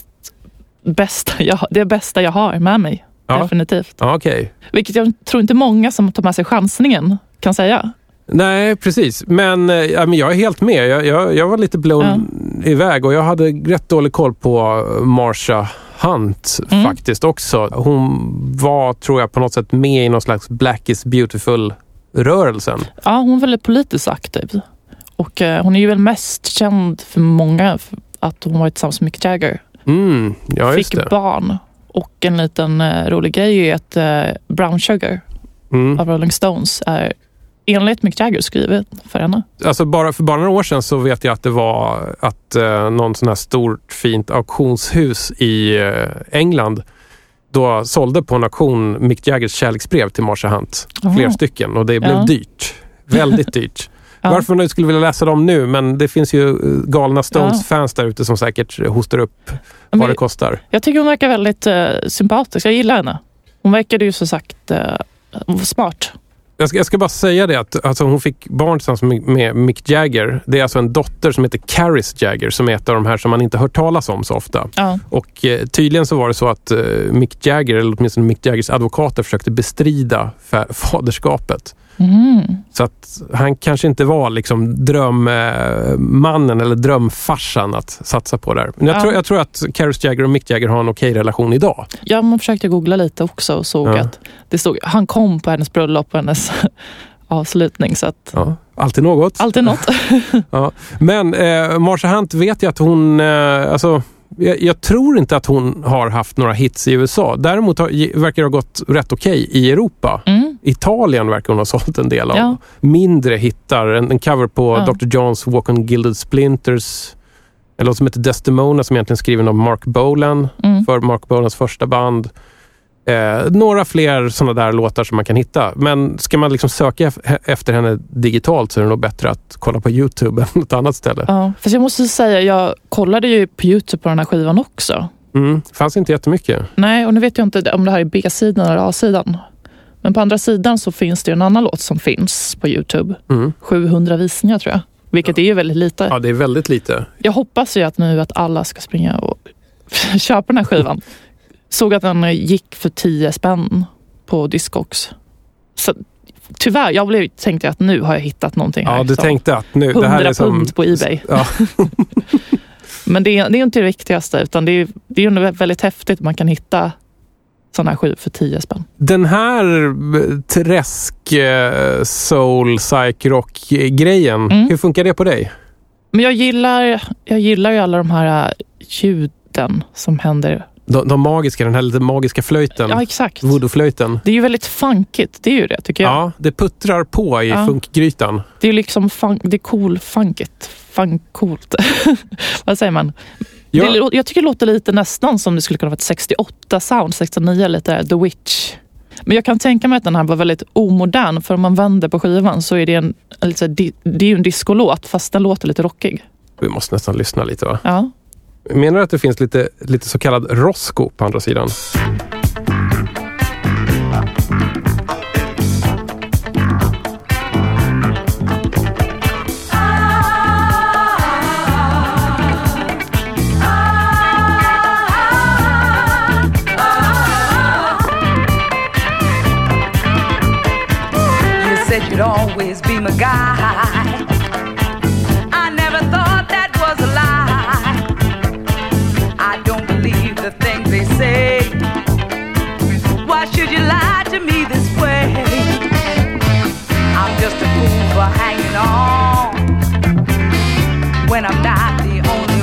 bästa jag har med mig. Ja. Definitivt. Ja, okay. Vilket jag tror inte många som tar med sig chansningen kan säga. Nej, precis. Men jag är helt med. Jag var lite blown iväg och jag hade rätt dålig koll på Marsha Hunt faktiskt också. Hon var, tror jag, på något sätt med i någon slags Black is Beautiful-rörelsen. Ja, hon är väldigt politiskt aktiv. Och hon är ju väl mest känd för många för att hon var tillsammans med Mick Jagger. Ja, just Fick barn. Och en liten rolig grej är att Brown Sugar av Rolling Stones är enligt Mick Jagger skrivet för henne. Alltså för bara några år sedan så vet jag att det var att någon sån här stort fint auktionshus i England då sålde på en auktion Mick Jaggers kärleksbrev till Marsha Hunt. Flera stycken, och det blev dyrt. Väldigt dyrt. Varför man skulle vilja läsa dem nu, men det finns ju galna Stones-fans där ute som säkert hostar upp vad det kostar. Jag tycker hon verkar väldigt sympatisk. Jag gillar henne. Hon verkade ju så sagt smart. Jag ska bara säga det att alltså, hon fick barn tillsammans med Mick Jagger. Det är alltså en dotter som heter Caris Jagger, som är ett av de här som man inte hört talas om så ofta. Och tydligen så var det så att Mick Jagger, eller åtminstone Mick Jaggers advokater, försökte bestrida faderskapet. Så att han kanske inte var liksom drömmannen eller drömfarsan att satsa på där. Men jag tror att Keris Jagger och Mick Jagger har en okej relation idag. Ja, man försökte googla lite också och såg att det stod, han kom på hennes bröllop och hennes avslutning. Så att, alltid något. Alltid något. Ja. Men Marsha Hunt vet jag att hon... Jag tror inte att hon har haft några hits i USA. Däremot verkar det ha gått rätt okej i Europa. Italien verkar hon ha sålt en del av. Mindre hittar. En cover på Dr. John's Walk on Gilded Splinters. En låt som heter Desdemona som egentligen är skriven av Mark Bolan. För Mark Bolans första band. Några fler sådana där låtar som man kan hitta. Men ska man liksom söka efter henne digitalt så är det nog bättre att kolla på YouTube än något annat ställe. Ja, fast jag måste säga, jag kollade ju på YouTube på den här skivan också. Fanns inte jättemycket. Nej, och nu vet jag inte om det här är B-sidan eller A-sidan. Men på andra sidan så finns det en annan låt som finns på YouTube. 700 visningar tror jag. Vilket är ju väldigt lite. Ja, det är väldigt lite. Jag hoppas ju att alla ska springa och köpa den här skivan. Såg att den gick för 10 spänn på Discogs. Så tyvärr, tänkte att nu har jag hittat någonting här. Ja, du tänkte att nu... 100 det här är som, pund på eBay. Ja. Men det är inte det viktigaste, utan det är väldigt häftigt att man kan hitta sådana här skivor för 10 spänn. Den här träsk soul, psych rock grejen, hur funkar det på dig? Men jag gillar ju alla de här ljuden som händer. De magiska, den här lite magiska flöjten. Ja, exakt. Voodoo-flöjten. Det är ju väldigt funkigt, det är ju det tycker jag. Ja, det puttrar på i funkgrytan. Det är liksom det är funkigt. Coolt. Vad säger man? Ja. Jag tycker det låter lite nästan som det skulle kunna vara ett 68 sound, 69 lite The Witch. Men jag kan tänka mig att den här var väldigt omodern, för om man vänder på skivan så är det är ju en discolåt fast den låter lite rockig. Vi måste nästan lyssna lite, va? Ja. Menar du att det finns lite så kallad Rosco på andra sidan? You said you'd always be my guy. I never thought that was a lie. I don't believe the things they say. Why should you lie to me this way? I'm just a fool for hanging on when I'm not the only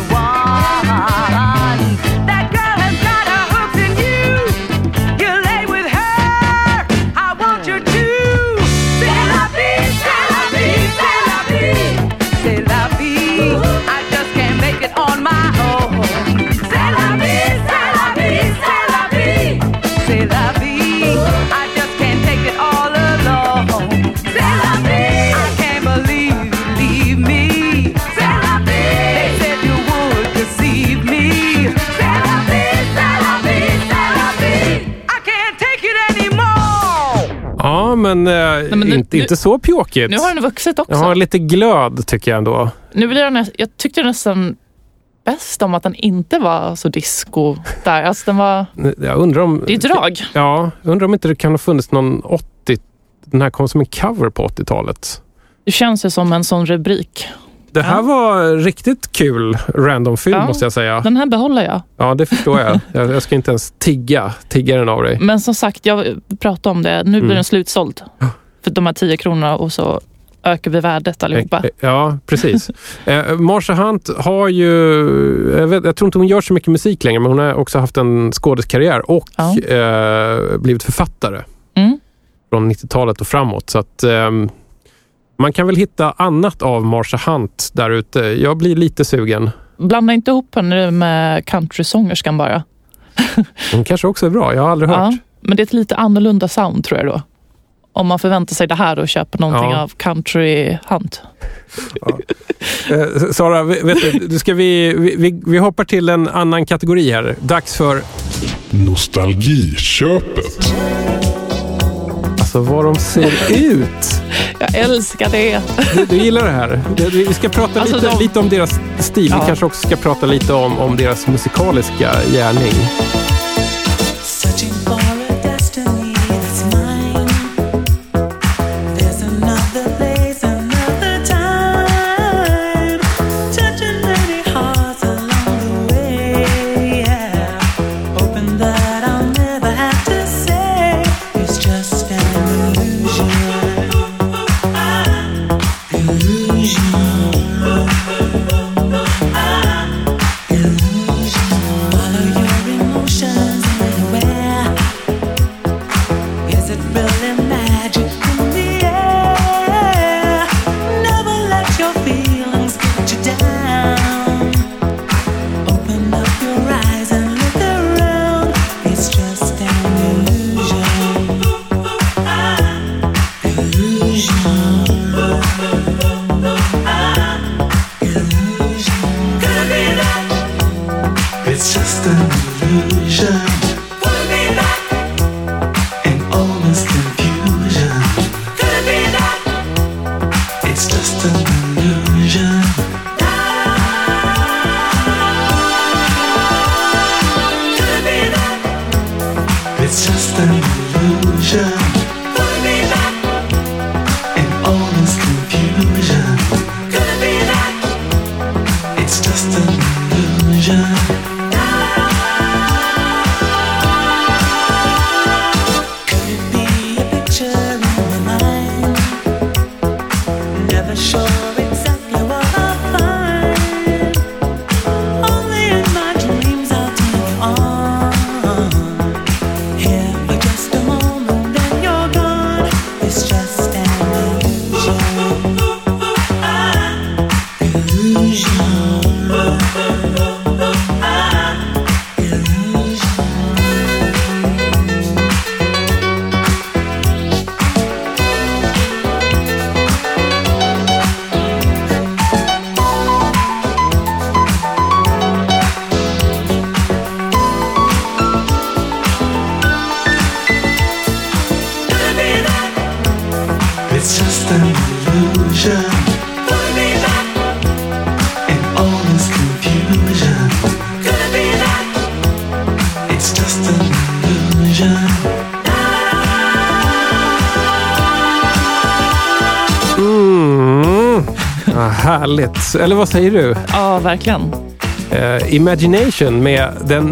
one. That girl has got her hooks in you. You lay with her. I want you to. C'est la vie, c'est la vie, c'est la vie. C'est la vie. I just can't make it on my own. C'est la vie, c'est la vie, c'est la vie. C'est la vie. I just can't take it all alone. C'est la vie. I can't believe you leave me. C'est la vie. They said you would deceive me. C'est la vie, c'est la vie, c'est la vie. I can't take it anymore. Ja, men, inte så pjåkigt. Nu har den vuxit också. Jag har lite glöd tycker jag ändå. Nu blir jag tyckte nästan bäst om att den inte var så disco där. Alltså den var... Jag undrar om... Det är drag. Ja, jag undrar om inte det kan ha funnits någon 80... Den här kom som en cover på 80-talet. Det känns ju som en sån rubrik. Det här var riktigt kul random film måste jag säga. Den här behåller jag. Ja, det förstår jag. Jag ska inte ens tigga den av dig. Men som sagt, jag pratar om det. Nu blir den slutsåld. För de här 10 kronorna och så ökar vi värdet allihopa. Ja, precis. Marsha Hunt har ju... Jag tror inte hon gör så mycket musik längre, men hon har också haft en skådeskarriär och blivit författare. Från 90-talet och framåt. Så att man kan väl hitta annat av Marsha Hunt där ute. Jag blir lite sugen. Blanda inte ihop henne med countrysångerskan bara. Hon kanske också är bra, jag har aldrig hört. Men det är ett lite annorlunda sound tror jag då. Om man förväntar sig det här och köper någonting av Country Hunt. Ja. Sara, vet du, ska vi hoppar till en annan kategori här. Dags för Nostalgiköpet. Alltså vad de ser ut. Jag älskar det. Du gillar det här. Vi ska prata lite om deras stil. Vi kanske också ska prata lite om deras musikaliska gärning. Searching for a destiny that's mine. There's a just an illusion. Could it be that? In all this confusion, Could it be that? it's just an illusion. Could it be that? It's just an illusion. Could it be that? In all this confusion, Could it be that? it's just an illusion. Could it be a picture in my mind? Never sure exactly what I'll find. Only in my dreams I'll take you on. Here for just a moment, then you're gone. It's just an illusion. It's just an illusion. Could it be that? In all this confusion, Could it be that? it's just an illusion. Härligt. Eller vad säger du? Ja, verkligen. Imagination med den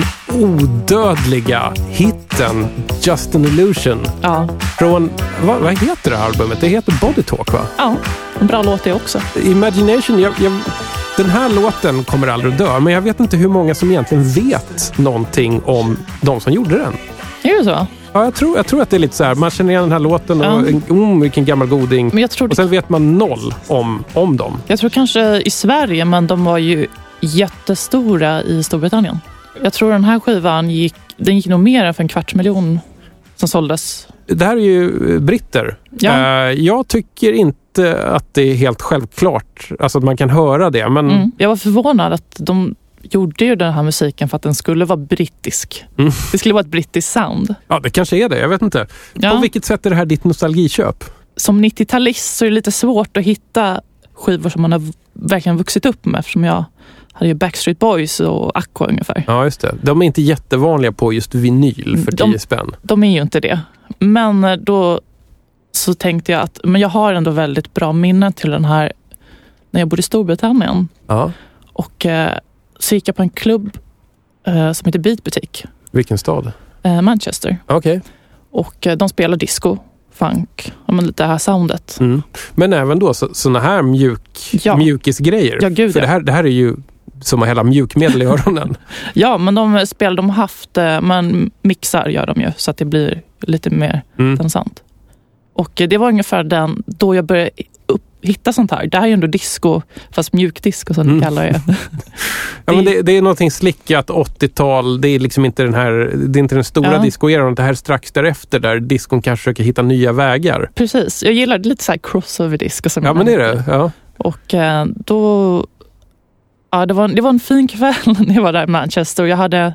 odödliga hitten Just an Illusion. Ja, Från, vad heter det här albumet? Det heter Body Talk, va? ja. En bra låt det också. Imagination, den här låten kommer aldrig att dö, men jag vet inte hur många som egentligen vet någonting om de som gjorde den. Är det så? Ja, jag tror att det är lite så här, man känner igen den här låten och vilken gammal goding. Men jag tror och sen vet man noll om dem. Jag tror kanske i Sverige, men de var ju jättestora i Storbritannien. Jag tror den här skivan gick nog mer än för 250 000 som såldes. Det här är ju britter. Ja. Jag tycker inte att det är helt självklart, alltså att man kan höra det. Men... Jag var förvånad att de gjorde ju den här musiken för att den skulle vara brittisk. Det skulle vara ett brittiskt sound. Ja, det kanske är det, jag vet inte. Ja. På vilket sätt är det här ditt nostalgiköp? Som 90-talist så är det lite svårt att hitta skivor som man har verkligen vuxit upp med, eftersom jag hade ju Backstreet Boys och Aqua ungefär. Ja, just det. De är inte jättevanliga på just vinyl för 10 spänn. De är ju inte det. Men då så tänkte jag att jag har ändå väldigt bra minnen till den här när jag bodde i Storbritannien. Ja. Och så gick jag på en klubb som heter Beat Butik. Vilken stad? Manchester. Okej. Och de spelar disco, funk, lite det här soundet. Men även då såna här mjukisgrejer. Ja, gud, för det här är ju som att hälla mjukmedel i öronen. Ja, men de har haft, man mixar gör de ju så att det blir lite mer dansant. Och det var ungefär då jag började hitta sånt här. Det här är ju ändå disco, fast mjukdisco som de kallar det. Ja, men det är någonting slickat 80-tal. Det är liksom inte det är inte den stora disco-eran. Det här är strax därefter där diskon kanske försöker hitta nya vägar. Precis. Jag gillade lite så här crossover-disco. Ja, men det är det. Ja. Och då... Ja, det var en fin kväll när jag var där i Manchester. Jag hade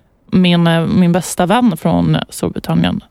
min bästa vän från Storbritannien,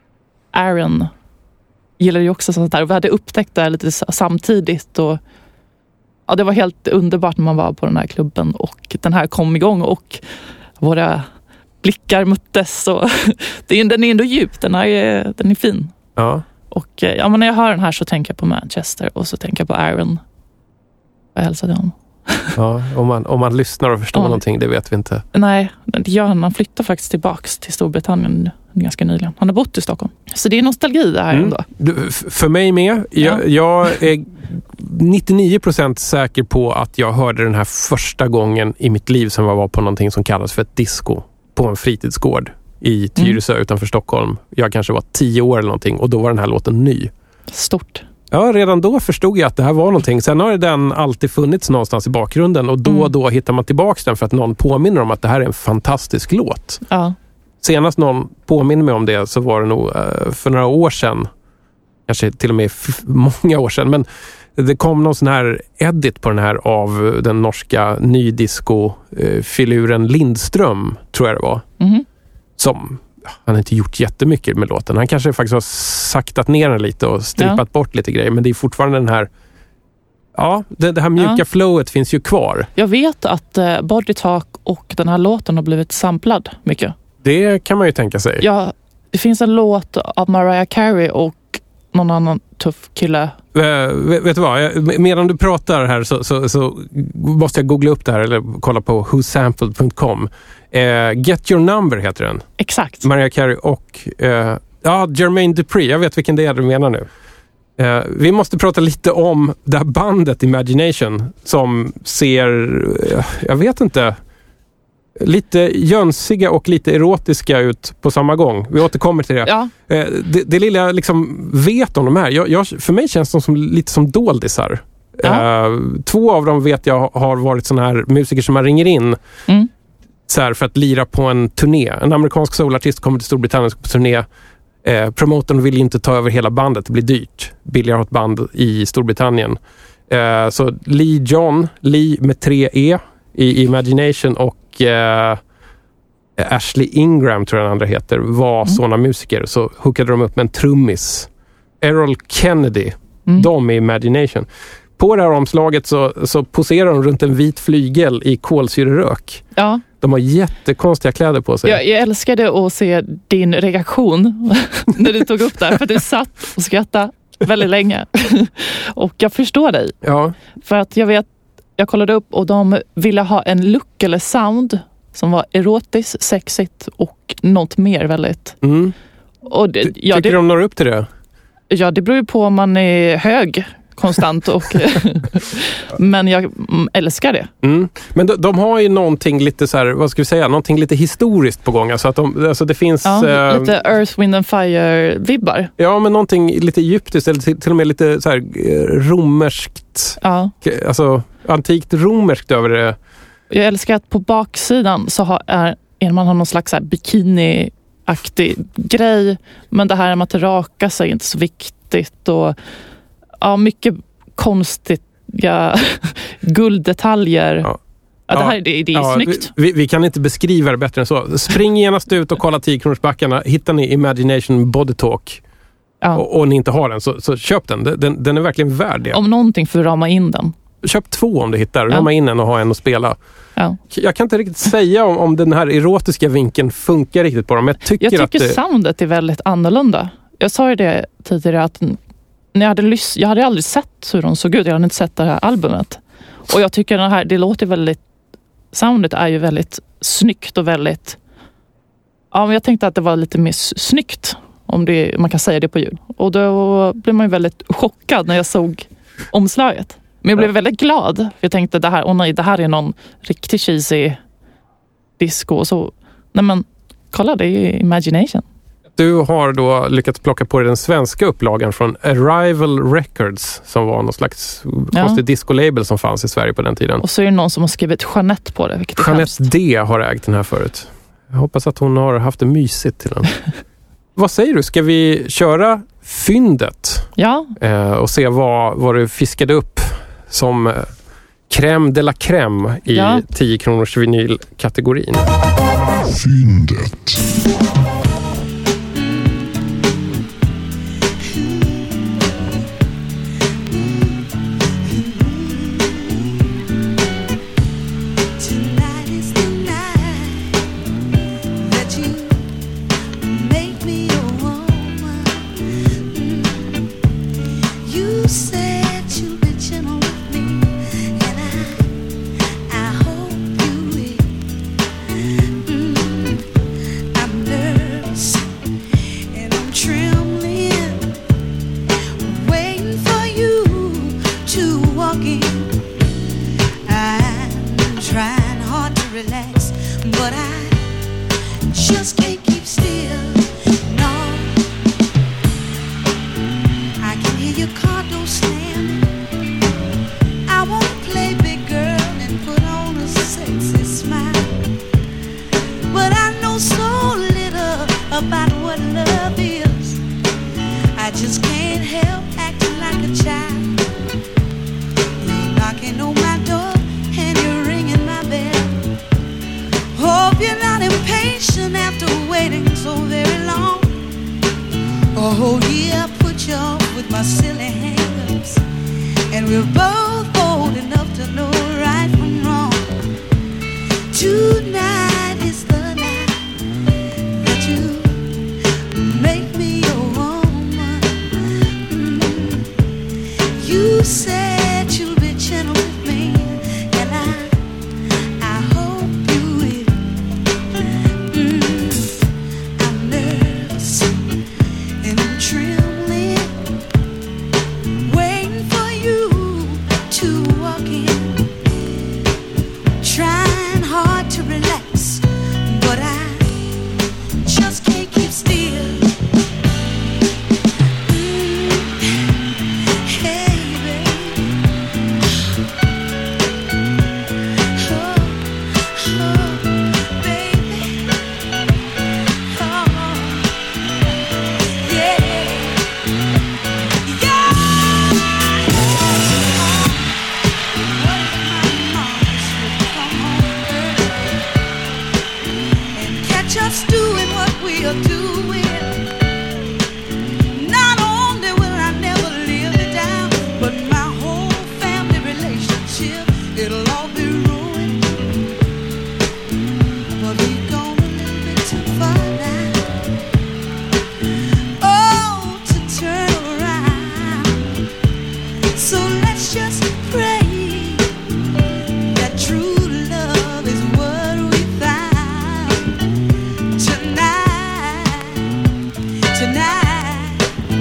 Aaron, gillade ju också sånt där. Och vi hade upptäckt det lite samtidigt. Och ja, det var helt underbart när man var på den här klubben. Och den här kom igång och våra blickar möttes. Och den är ändå djup. Den är fin. Ja. Och men när jag hör den här så tänker jag på Manchester. Och så tänker jag på Aaron. Jag hälsade honom. Ja, om man lyssnar och förstår någonting, det vet vi inte. Nej, det gör han. Han flyttar faktiskt tillbaks till Storbritannien ganska nyligen. Han har bott i Stockholm. Så det är nostalgi det här ändå. För mig med. Jag är 99% säker på att jag hörde den här första gången i mitt liv som jag var på någonting som kallas för ett disco på en fritidsgård i Tyresö utanför Stockholm. Jag kanske var 10 år eller någonting och då var den här låten ny. Stort. Ja, redan då förstod jag att det här var någonting. Sen har den alltid funnits någonstans i bakgrunden och då hittar man tillbaka den för att någon påminner om att det här är en fantastisk låt. Ja. Senast någon påminner mig om det så var det nog för några år sedan, kanske till och med många år sedan, men Det kom någon sån här edit på den här av den norska nydisco-filuren Lindström, tror jag det var. Som, han har inte gjort jättemycket med låten. Han kanske faktiskt har saktat ner den lite och strippat bort lite grejer. Men det är fortfarande den här, det här mjuka flowet finns ju kvar. Jag vet att Body Talk och den här låten har blivit samplad mycket. Det kan man ju tänka sig. Ja, det finns en låt av Mariah Carey och någon annan tuff kille. Vet du vad? Medan du pratar här så måste jag googla upp det här eller kolla på whosampled.com. Get Your Number heter den. Exakt. Mariah Carey och Jermaine Dupri. Jag vet vilken det är du menar nu. Vi måste prata lite om det här bandet Imagination som ser, jag vet inte, lite jönsiga och lite erotiska ut på samma gång. Vi återkommer till det. Ja. Det lilla jag liksom vet om de här. För mig känns de som lite som doldisar. Ja. 2 av dem vet jag har varit såna här musiker som man ringer in så här, för att lira på en turné. En amerikansk soulartist kommer till Storbritannien på turné. Promotorn vill inte ta över hela bandet. Det blir dyrt. Billigare att ha ett band i Storbritannien. Så Lee med 3 E i Imagination och Ashley Ingram tror jag den andra heter, var såna musiker. Så hookade de upp med en trummis. Errol Kennedy. De i Imagination. På det här omslaget så poserar de runt en vit flygel i kolsyrerök. Ja. De har jättekonstiga kläder på sig. Jag älskade att se din reaktion när du tog upp det här. För du satt och skrattade väldigt länge. Och jag förstår dig. Ja. För att jag kollade upp och de ville ha en look eller sound som var erotiskt, sexigt och något mer väldigt. Och tycker de når upp till det? Ja, det beror ju på om man är hög konstant och men jag älskar det. Men de har ju någonting lite så här, vad ska vi säga, någonting lite historiskt på gång, alltså det finns lite Earth, Wind and Fire-vibbar. Ja, men någonting lite egyptiskt eller till och med lite så här romerskt. Ja. Alltså antikt romerskt över det. Jag älskar att på baksidan så man har någon slags så här bikini-aktig grej, men det här med att raka sig är inte så viktigt och mycket konstiga gulddetaljer. Ja. Det är snyggt. Vi kan inte beskriva det bättre än så. Spring genast ut och kolla 10-kronorsbackarna. Hittar ni Imagination Body Talk och ni inte har den, så köp den. Den är verkligen värd det. Om någonting för att rama in den. Köp 2 om du hittar. Rama in en och ha en att spela. Ja. Jag kan inte riktigt säga om den här erotiska vinkeln funkar riktigt på dem. Jag tycker soundet är väldigt annorlunda. Jag sa ju det tidigare att jag hade aldrig sett hur de såg ut. Jag hade inte sett det här albumet. Och jag tycker det låter väldigt, soundet är ju väldigt snyggt och väldigt, men jag tänkte att det var lite mer snyggt, om man kan säga det på ljud. Och då blev man ju väldigt chockad när jag såg omslaget. Men jag blev väldigt glad. För jag tänkte det här är någon riktigt cheesy disco. Och så, nej men, kolla, det är ju Imagination. Du har då lyckats plocka på dig den svenska upplagan från Arrival Records, som var någon slags konstig disco-label som fanns i Sverige på den tiden. Och så är det någon som har skrivit Jeanette på det. Jeanette D har ägt den här förut. Jag hoppas att hon har haft det mysigt till den. Vad säger du? Ska vi köra fyndet? Ja. Och se vad du fiskade upp som crème de la crème i 10-kronors vinylkategorin. Fyndet. hope you're not impatient after waiting so very long. Oh yeah, I put you off with my silly hang-ups, and we're both old enough to know right from wrong. Tonight is the night that you make me your woman. You said you'll be gentle with me, and I hope you will. I'm nervous and I'm trembling, waiting for you to walk in, trying hard to relax, but I just can't keep still. Hey, baby. Oh, baby. Oh, yeah. Yeah. What if my mama should come home early and catch us doing what we are doing? Not only will I never live it down, but my whole family relationship, it'll all be ruined. But we've gone a little bit too far now. Oh, to turn around. So let's just pray that true love is what we found tonight, tonight,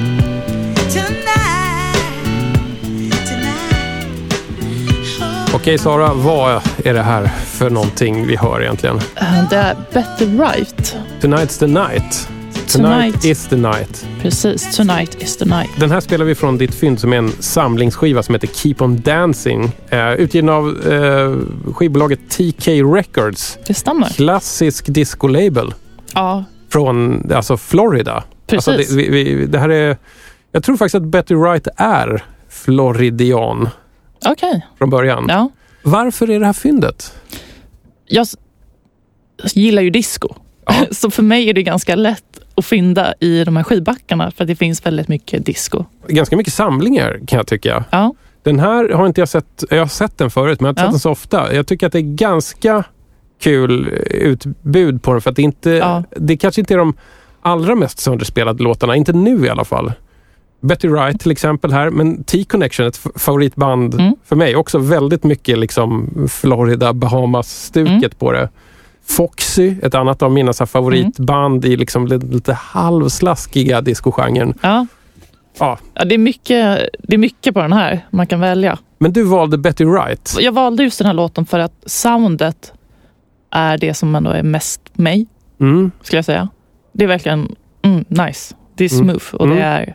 tonight, tonight. Oh. Okej Sara, vad är det här för någonting vi hör egentligen? Det är Betty Wright. Tonight's the night. Tonight is the night. Precis, Tonight is the night. Den här spelar vi från ditt fynd som är en samlingsskiva som heter Keep on Dancing. Utgiven av skivbolaget TK Records. Det stämmer. Klassisk disco-label. Ja, Från alltså Florida. precis. Alltså det här är... Jag tror faktiskt att Betty Wright är floridian Okej. från början. Ja. Varför är det här fyndet? Jag gillar ju disco. Så för mig är det ganska lätt att fynda i de här skivbackarna för att det finns väldigt mycket disco. Ganska mycket samlingar kan jag tycka. Ja. Den här har inte jag sett. Jag har sett den förut men jag har inte sett den så ofta. Jag tycker att det är ganska kul utbud på den för att det inte det kanske inte är de allra mest sönderspelade låtarna. Inte nu i alla fall. Betty Wright till exempel här, men T-Connection, ett favoritband för mig. Också väldigt mycket liksom Florida, Bahamas-stuket på det. Foxy, ett annat av mina så här favoritband i liksom lite halvslaskiga discogenren. Ja. Ja. Ja, det är mycket på den här man kan välja. Men du valde Betty Wright. Jag valde just den här låten för att soundet är det som ändå är mest mig, skulle jag säga. Det är verkligen nice. Det är smooth och det är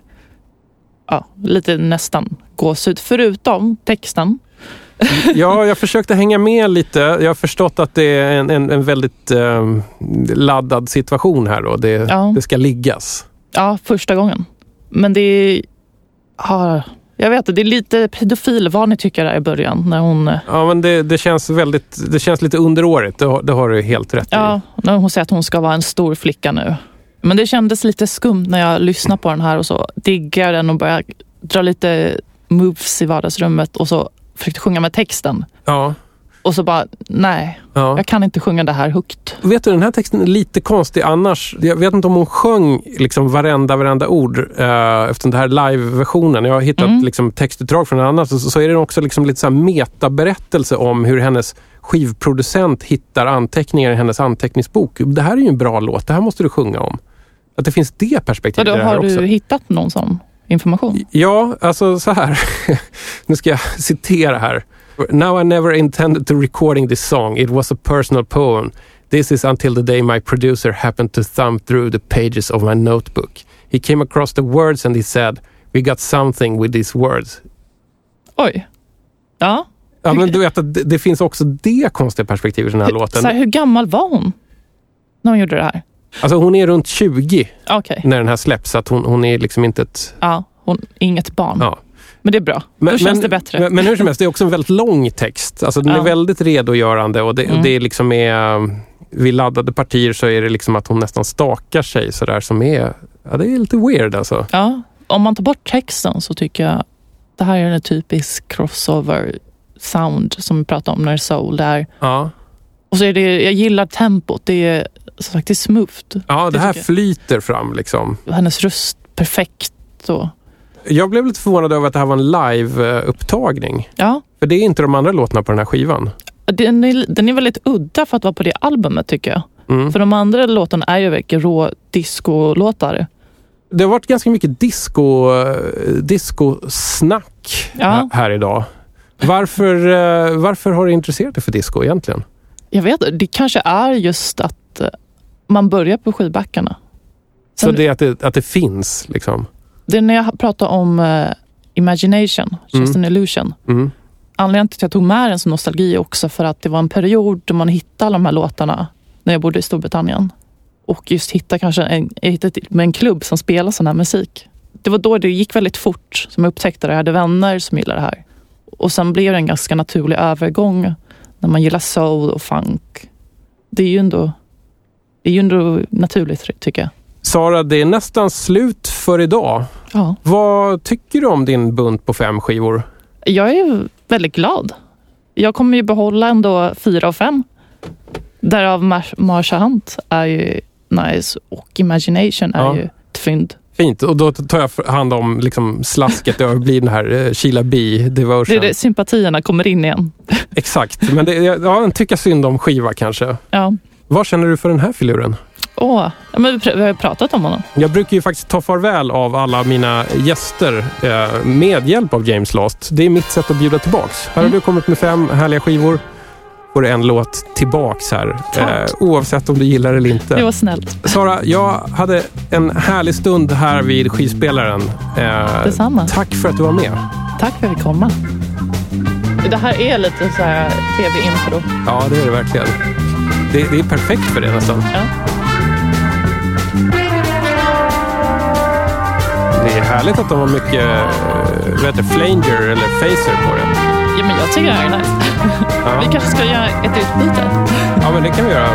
lite nästan gåshud. Förutom texten. Ja, jag försökte hänga med lite. Jag har förstått att det är en väldigt laddad situation här då. Det ska liggas. Ja, första gången. Men det är... jag vet att det är lite pedofilvarning tycker jag där i början. När hon... Ja, men det känns väldigt... Det känns lite underårigt. Det har du helt rätt i. Ja, när hon säger att hon ska vara en stor flicka nu. Men det kändes lite skumt när jag lyssnade på den här och så diggar den och började dra lite moves i vardagsrummet och så försökte sjunga med texten. Ja. Och så bara, nej, jag kan inte sjunga det här högt. Vet du, den här texten är lite konstig annars. Jag vet inte om hon sjöng liksom varenda ord efter den här live-versionen. Jag har hittat liksom textutdrag från den annars. Så är det också liksom lite så här metaberättelse om hur hennes skivproducent hittar anteckningar i hennes anteckningsbok. Det här är ju en bra låt. Det här måste du sjunga om. Att det finns det perspektivet i det här också. Har du hittat någon sån information? Ja, alltså så här. Nu ska jag citera här. Now I never intended to recording this song. It was a personal poem. This is until the day my producer happened to thumb through the pages of my notebook. He came across the words and he said, we got something with these words. Oj. Ja. Ja, men du vet att det finns också det konstiga perspektivet i den här låten. Så här, hur gammal var hon när hon gjorde det här? Alltså hon är runt 20 när den här släpps. Så att hon är liksom inte ett... Ja, hon är inget barn. Ja. Men det är bra. Då känns det bättre. Men hur som helst, det är också en väldigt lång text. Alltså den är väldigt redogörande och det liksom är... vid laddade partier så är det liksom att hon nästan stakar sig så där som är, ja, det är lite weird alltså. Ja, om man tar bort texten så tycker jag det här är en typisk crossover sound som vi pratar om när soul där. Ja. Och så är det, jag gillar tempot, det är faktiskt smooth. Ja, det här flyter fram liksom. Hennes röst perfekt så. Jag blev lite förvånad över att det här var en live-upptagning. Ja. För det är inte de andra låtarna på den här skivan. Den är väldigt udda för att vara på det albumet tycker jag. Mm. För de andra låtarna är ju verkligen rå disco-låtar. Det har varit ganska mycket disco-snack här idag. Varför har du intresserat dig för disco egentligen? Jag vet, det kanske är just att man börjar på skivbackarna. Så det är att det finns liksom? Det är när jag pratar om Imagination, Just an Illusion. Mm. Anledningen till att jag tog med en som nostalgi också för att det var en period då man hittade alla de här låtarna när jag bodde i Storbritannien. Och just hitta kanske med en klubb som spelar sån här musik. Det var då det gick väldigt fort som jag upptäckte det. Jag hade vänner som gillade det här. Och sen blev det en ganska naturlig övergång när man gillar soul och funk. Det är ju ändå naturligt tycker jag. Sara, det är nästan slut för idag. Ja. Vad tycker du om din bunt på 5 skivor? Jag är väldigt glad. Jag kommer ju behålla ändå 4 och 5. Därav Marsha Hunt är ju nice och Imagination är ju ett fynd. Fint, och då tar jag hand om liksom slasket och blir den här Sheila B. Devotion. Det är det, sympatierna kommer in igen. Exakt, men en tycka synd om skiva kanske. Ja. Vad känner du för den här filuren? Men vi har pratat om honom. Jag brukar ju faktiskt ta farväl av alla mina gäster med hjälp av James Last. Det är mitt sätt att bjuda tillbaks. Här har du kommit med 5 härliga skivor. Får du en låt tillbaks här. Oavsett om du gillar eller inte. Det var snällt. Sara, jag hade en härlig stund här vid skivspelaren. Detsamma. Tack för att du var med. Tack för att vi kom. Det här är lite så här tv-intro. Ja, det är det verkligen. Det är perfekt för det nästan. Ja. Det är härligt att de har mycket flanger eller phaser på det. Ja, men jag tycker det är nice. Ja. Vi kanske ska göra ett utbyte. Ja, men det kan vi göra.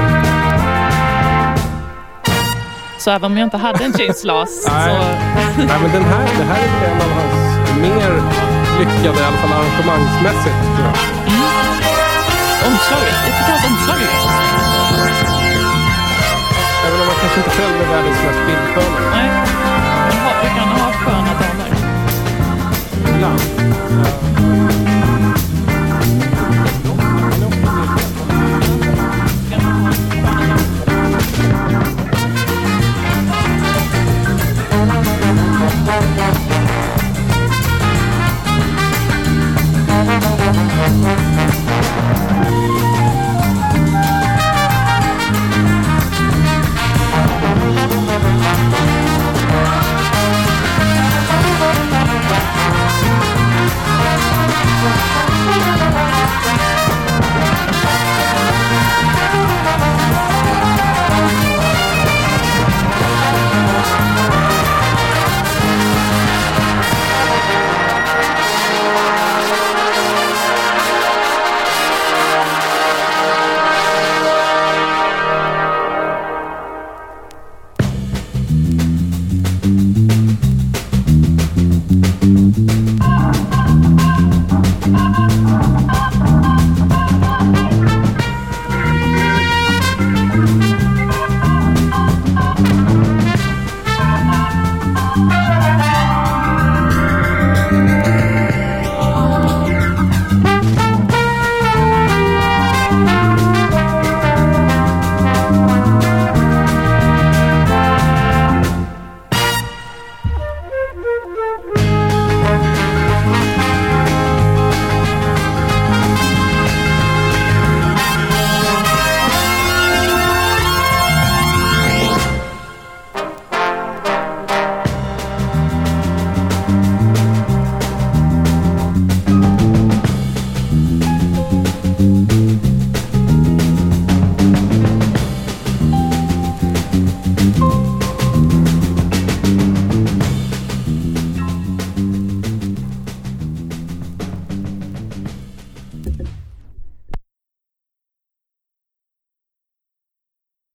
Så även om jag inte hade en James Last Nej, men det här är en av hans mer lyckade, i alla fall arrangemangsmässigt, tror jag. Omslaget. Jag tycker att omslaget är så snyggt. Även om man kanske inte själv är världens mest bildskön. Nej, vi kan ha sköna damer. Ibland.